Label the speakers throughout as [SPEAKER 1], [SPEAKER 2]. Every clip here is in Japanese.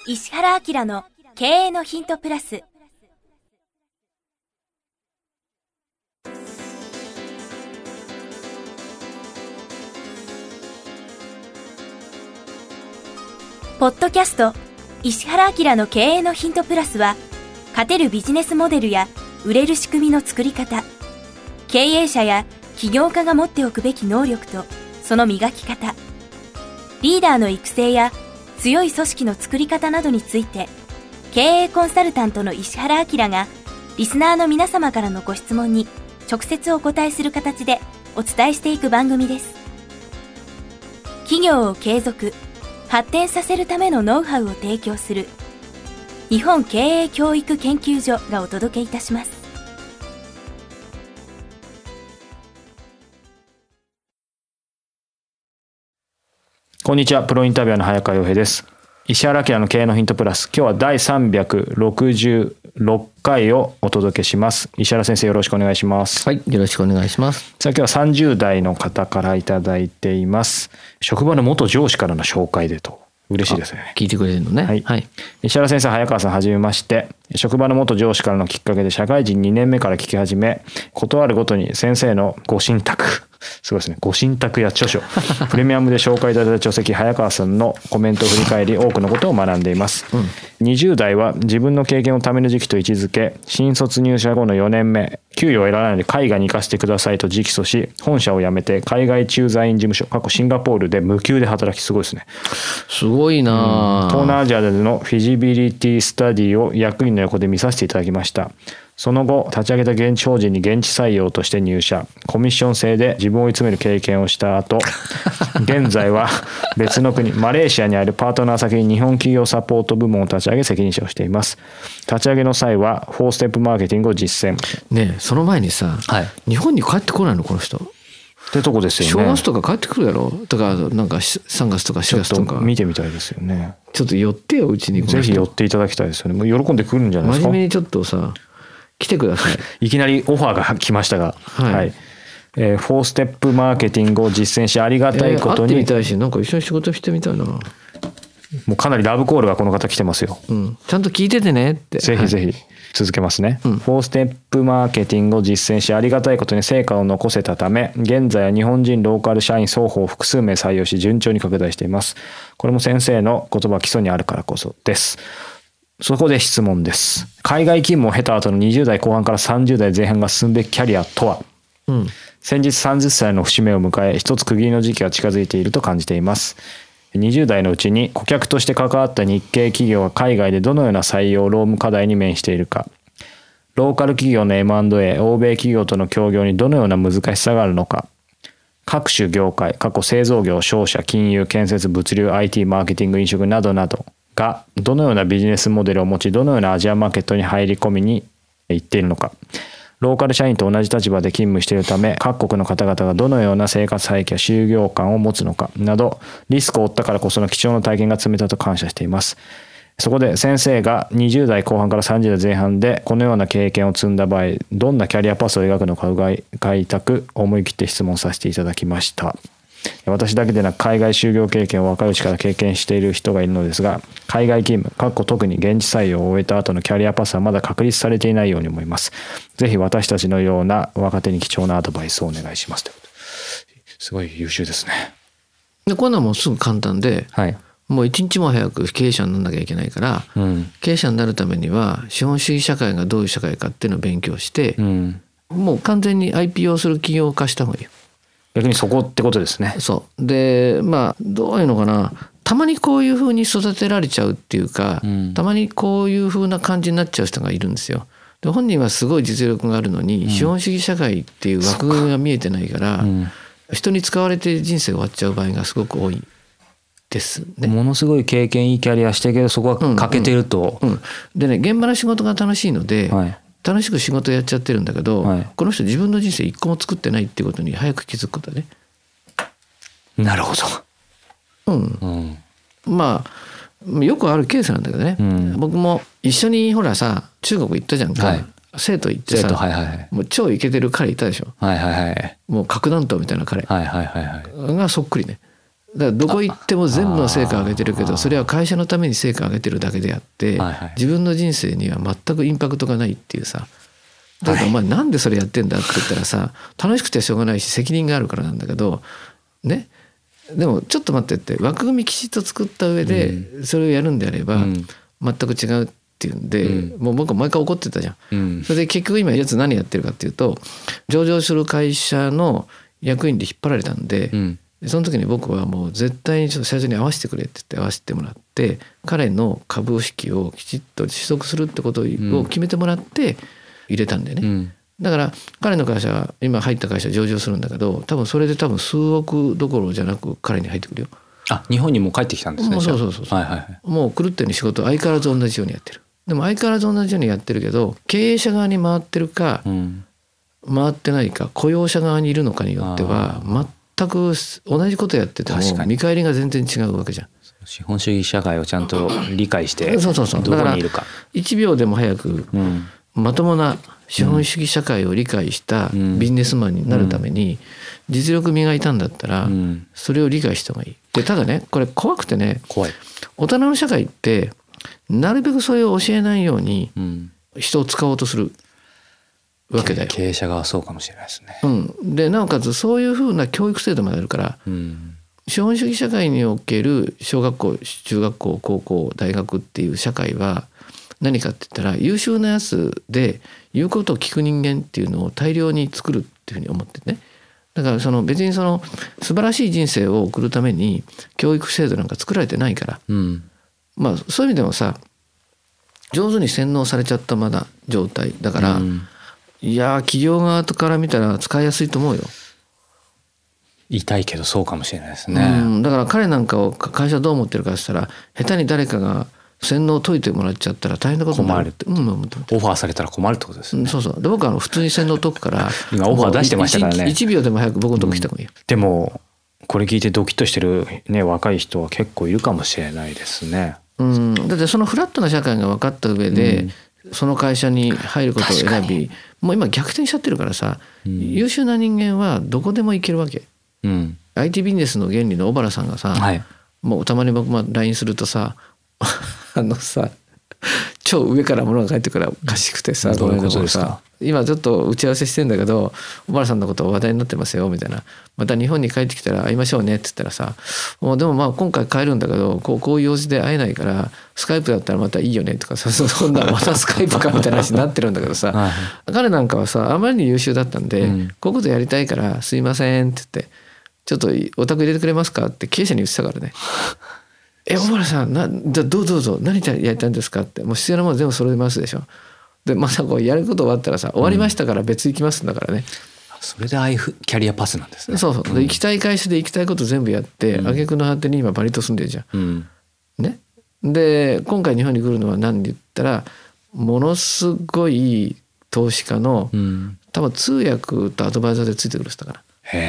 [SPEAKER 1] 石原明の経営のヒントプラス。ポッドキャスト石原明の経営のヒントプラスは、勝てるビジネスモデルや売れる仕組みの作り方、経営者や起業家が持っておくべき能力とその磨き方、リーダーの育成や強い組織の作り方などについて、経営コンサルタントの石原明がリスナーの皆様からのご質問に直接お答えする形でお伝えしていく番組です。企業を継続発展させるためのノウハウを提供する日本経営教育研究所がお届けいたします。
[SPEAKER 2] こんにちは、プロインタビュアーの早川洋平です。石原明の経営のヒントプラス、今日は第366回をお届けします。石原先生、よろしくお願いします。
[SPEAKER 3] はい、よろしくお願いします。
[SPEAKER 2] さあ、今日は30代の方からいただいています。職場の元上司からの紹介でと。嬉しいですね。
[SPEAKER 3] 聞いてくれるのね。
[SPEAKER 2] はい。石原先生、早川さん、はじめまして。職場の元上司からのきっかけで社会人2年目から聞き始め、ことあるごとに先生のご神託、すごいですね。ご神託や著書、プレミアムで紹介いただいた書籍、早川さんのコメントを振り返り、多くのことを学んでいます。20代は自分の経験をためる時期と位置づけ、新卒入社後の4年目、給与を得られないので海外に行かせてくださいと直訴し、本社を辞めて海外駐在員事務所、過去シンガポールで無給で働き、すごいですね。
[SPEAKER 3] すごいな、
[SPEAKER 2] 東南アジアでのフィジビリティスタディを役員の横で見させていただきました。その後、立ち上げた現地法人に現地採用として入社、コミッション制で自分を追い詰める経験をした後、現在は別の国、マレーシアにあるパートナー先に日本企業サポート部門を立ち上げ責任者をしています。立ち上げの際は4ステップマーケティングを実践。
[SPEAKER 3] ねえ、その前にさ、日本に帰ってこないのこの人
[SPEAKER 2] ってとこですよね。
[SPEAKER 3] 正月とか帰ってくるやろ。だからなんか3月とか4月とか
[SPEAKER 2] 見てみたいですよね。
[SPEAKER 3] ちょっと寄ってよ、うちに。
[SPEAKER 2] ぜひ寄っていただきたいですよね。もう喜んでくるんじゃないですか。
[SPEAKER 3] 真面目にちょっとさ、来てください。
[SPEAKER 2] いきなりオファーが来ましたが、4ステップマーケティングを実践し、ありがたいことに、
[SPEAKER 3] 会ってみたいし、なんか一緒に仕事してみたいな。も
[SPEAKER 2] うかなりラブコールがこの方来てますよ。
[SPEAKER 3] ちゃんと聞いててねって。
[SPEAKER 2] ぜひぜひ続けますね。4ステップマーケティングを実践し、ありがたいことに成果を残せたため、現在は日本人ローカル社員双方複数名採用し、順調に拡大しています。これも先生の言葉が基礎にあるからこそです。そこで質問です。海外勤務を経た後の20代後半から30代前半が進むべきキャリアとは、先日30歳の節目を迎え、一つ区切りの時期が近づいていると感じています。20代のうちに顧客として関わった日系企業が海外でどのような採用労務課題に面しているか、ローカル企業の M&A、欧米企業との協業にどのような難しさがあるのか、各種業界、過去製造業、商社、金融、建設、物流、IT、マーケティング、飲食などなどがどのようなビジネスモデルを持ち、どのようなアジアマーケットに入り込みに行っているのか、ローカル社員と同じ立場で勤務しているため、各国の方々がどのような生活背景や就業感を持つのかなど、リスクを負ったからこその貴重な体験が積めたと感謝しています。そこで先生が20代後半から30代前半でこのような経験を積んだ場合、どんなキャリアパスを描くのか伺いたく思い切って質問させていただきました。私だけでなく海外就業経験を若いうちから経験している人がいるのですが、海外勤務、特に現地採用を終えた後のキャリアパスはまだ確立されていないように思います。ぜひ私たちのような若手に貴重なアドバイスをお願いします。すごい優秀ですね。
[SPEAKER 3] でこんなもんすぐ簡単で、もう一日も早く経営者にならなきゃいけないから、経営者になるためには資本主義社会がどういう社会かっていうのを勉強して、もう完全に IPO する企業化した方がいいよ。
[SPEAKER 2] 逆にそこってことですね。
[SPEAKER 3] そうで、どういうのかな、たまにこういう風に育てられちゃうっていうか、たまにこういう風な感じになっちゃう人がいるんですよ。で本人はすごい実力があるのに、資本主義社会っていう枠組みが見えてないから、人に使われて人生が終わっちゃう場合がすごく多いですね。
[SPEAKER 2] ものすごい経験いいキャリアしてるけど、そこは欠けてると、
[SPEAKER 3] でね、現場の仕事が楽しいので、楽しく仕事やっちゃってるんだけど、この人自分の人生一個も作ってないっていうことに早く気づくことだね。
[SPEAKER 2] なるほど。
[SPEAKER 3] よくあるケースなんだけどね、僕も一緒にほらさ、中国行ったじゃんか、生徒行ってさ、もう超イケてる彼いたでしょ、もう核弾頭みたいな彼、がそっくりね。 だからどこ行っても全部の成果を上げてるけど、それは会社のために成果を上げてるだけであって、自分の人生には全くインパクトがないっていうさ。だからお前なんでそれやってんだって言ったらさ、楽しくてしょうがないし責任があるからなんだけどね。でもちょっと待ってって、枠組みきちっと作った上でそれをやるんであれば全く違うっていうんで、もう僕は毎回怒ってたじゃん。それで結局今やつ何やってるかっていうと、上場する会社の役員で引っ張られたんで、その時に僕はもう絶対にちょっと社長に会わせてくれって言って会わせてもらって、彼の株式をきちっと取得するってことを決めてもらって入れたんでね。だから彼の会社は今入った会社上場するんだけど、多分それで多分数億どころじゃなく彼に入ってくるよ。
[SPEAKER 2] 日本にもう帰ってきたんですね。
[SPEAKER 3] そう、もう狂ったように仕事相変わらず同じようにやってる。でも相変わらず同じようにやってるけど、経営者側に回ってるか、回ってないか、雇用者側にいるのかによっては全く同じことやってても見返りが全然違うわけじゃん。
[SPEAKER 2] 資本主義社会をちゃんと理解して
[SPEAKER 3] どこ
[SPEAKER 2] にいるか。
[SPEAKER 3] 1秒でも早くまともな資本主義社会を理解したビジネスマンになるために実力磨いたんだったらそれを理解した方がいい。でただね、これ怖くてね、大人の社会ってなるべくそれを教えないように人を使おうとするわけだよ。
[SPEAKER 2] 経営者側はそうかもしれないですね。
[SPEAKER 3] でなおかつそういうふうな教育制度まであるから、資本主義社会における小学校中学校高校大学っていう社会は何かって言ったら、優秀なやつで言うことを聞く人間っていうのを大量に作るっていうふうに思ってね。だから別に素晴らしい人生を送るために教育制度なんか作られてないから、まあそういう意味でもさ、上手に洗脳されちゃったまだ状態だから、いや企業側から見たら使いやすいと思うよ。
[SPEAKER 2] 痛いけどそうかもしれないですね。
[SPEAKER 3] だから彼なんかを会社どう思ってるかって言ったら、下手に誰かが洗脳を解いてもらっちゃったら大変なことになるって。オフ
[SPEAKER 2] ァーされたら困るってことですね。
[SPEAKER 3] そうで僕は普通に洗脳解くから
[SPEAKER 2] 今オファー出してましたからね。
[SPEAKER 3] 1秒でも早く僕のとこ来てもいいよ。
[SPEAKER 2] でもこれ聞いてドキッとしてるね、若い人は結構いるかもしれないですね。
[SPEAKER 3] だってそのフラットな社会が分かった上で、その会社に入ることを選び、もう今逆転しちゃってるからさ、優秀な人間はどこでも行けるわけ。IT ビジネスの原理の小原さんがさ、もうたまに僕も LINE するとさ超上から物が返ってくるからおかしくてさ、
[SPEAKER 2] どういうことですか。
[SPEAKER 3] 今ちょっと打ち合わせしてんだけど小原さんのこと話題になってますよみたいな、また日本に帰ってきたら会いましょうねって言ったらさ、もうでもまあ今回帰るんだけどこういう用事で会えないからスカイプだったらまたいいよねとかさ、そんなまたスカイプかみたいな話になってるんだけどさ彼なんかはさあまりに優秀だったんで、こういうことやりたいからすいませんって言って、ちょっとお宅入れてくれますかって経営者に言ってたからね。小原さんどうぞ何やりたいんですかって、もう必要なもの全部揃えますでしょ。でまたこうやること終わったらさ、終わりましたから別行きますんだからね。
[SPEAKER 2] それでキャリアパスなんですね。
[SPEAKER 3] そうで行きたい会社で行きたいこと全部やって挙句の果てに今バリ島住んでるじゃん。ね。で今回日本に来るのは何で言ったら、ものすごい投資家の、多分通訳とアドバイザーでついてくる人だから。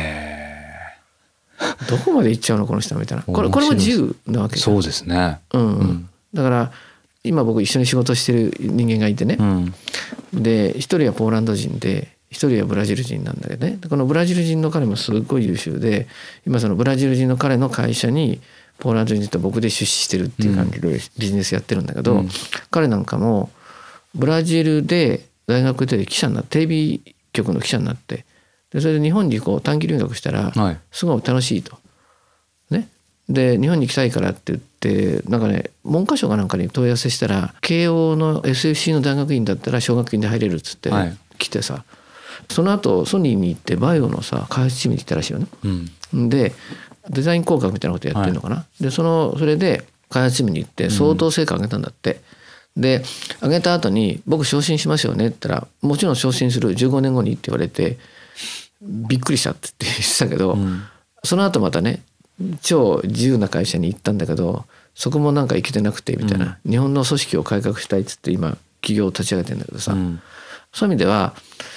[SPEAKER 3] どこまで行っちゃうのこの人みたいな。これも自由なわけ
[SPEAKER 2] そうですね。
[SPEAKER 3] だから今僕一緒に仕事してる人間がいてね、で一人はポーランド人で一人はブラジル人なんだけどね、このブラジル人の彼もすごい優秀で、今そのブラジル人の彼の会社にポーランド人と僕で出資してるっていう感じでビジネスやってるんだけど、彼なんかもブラジルで大学で記者になってテレビ局の記者になって、でそれで日本に短期留学したらすごい楽しいと、ね、で日本に行きたいからって言ってなんかね、文科省かなんかに問い合わせしたら、慶応の SFC の大学院だったら奨学金で入れるっつって来てさ、その後ソニーに行ってバイオのさ開発チームに来たらしいよね。でデザイン工学みたいなことやってるのかな。でそれで開発チームに行って相当成果上げたんだって。で上げた後に僕昇進しますよねって言ったら、もちろん昇進する15年後にって言われてびっくりしたって言ってたけど、その後またね超自由な会社に行ったんだけど、そこもなんか行けてなくてみたいな、日本の組織を改革したいっつって今企業を立ち上げてんだけどさ、そういう意味では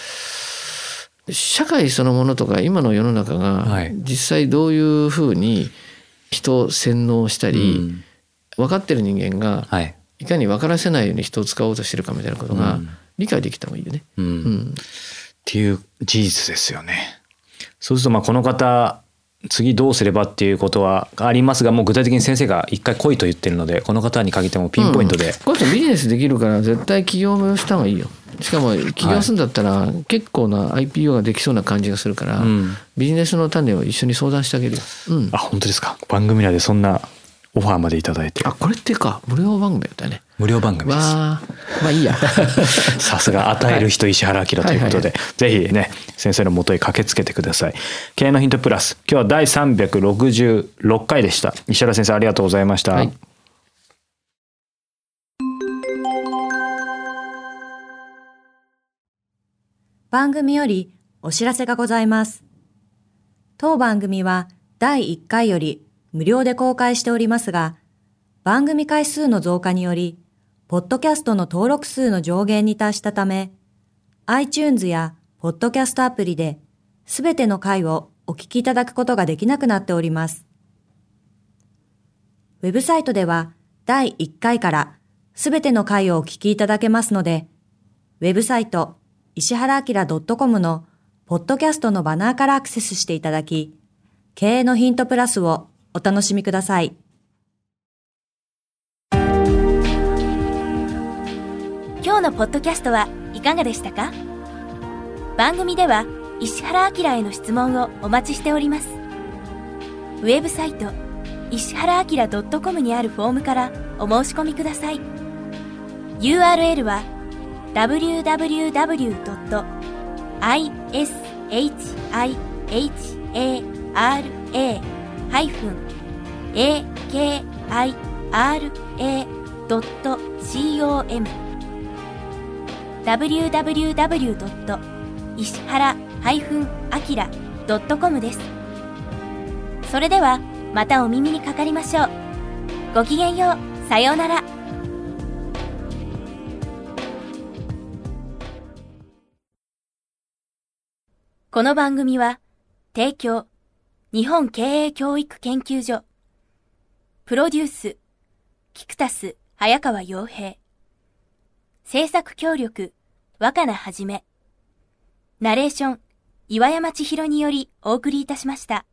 [SPEAKER 3] 社会そのものとか今の世の中が実際どういうふうに人を洗脳したり、分かってる人間がいかに分からせないように人を使おうとしてるかみたいなことが理解できた方がいいよね。
[SPEAKER 2] っていう事実ですよね。そうするとこの方次どうすればっていうことはありますが、もう具体的に先生が一回来いと言ってるので、この方に限ってもピンポイントで、
[SPEAKER 3] この人ビジネスできるから絶対起業もした方がいいよ。しかも起業するんだったら結構な IPO ができそうな感じがするから、ビジネスの種を一緒に相談してあげるよ。
[SPEAKER 2] あ、本当ですか。番組内でそんなオファーまでいただいて。
[SPEAKER 3] これってか無料番組だったよね。
[SPEAKER 2] 無料番組です。
[SPEAKER 3] まあいいや。
[SPEAKER 2] さすが与える人、石原明ということで、ぜひね先生の元へ駆けつけてください。経営のヒントプラス、今日は第366回でした。石原先生ありがとうございました。
[SPEAKER 4] 番組よりお知らせがございます。当番組は第1回より無料で公開しておりますが、番組回数の増加により、ポッドキャストの登録数の上限に達したため、iTunes やポッドキャストアプリで、すべての回をお聞きいただくことができなくなっております。ウェブサイトでは、第1回からすべての回をお聞きいただけますので、ウェブサイト、石原明 .com のポッドキャストのバナーからアクセスしていただき、経営のヒントプラスをお楽しみください。
[SPEAKER 1] 今日のポッドキャストはいかがでしたか？番組では石原明への質問をお待ちしております。ウェブサイト石原明 .com にあるフォームからお申し込みください。 URL はwww.ishihara-akira.com www. 石原-akira.com です。それではまたお耳にかかりましょう。ごきげんよう。さようなら。この番組は提供日本経営教育研究所、プロデュースキクタス早川洋平、制作協力若菜はじめ、ナレーション岩山千尋によりお送りいたしました。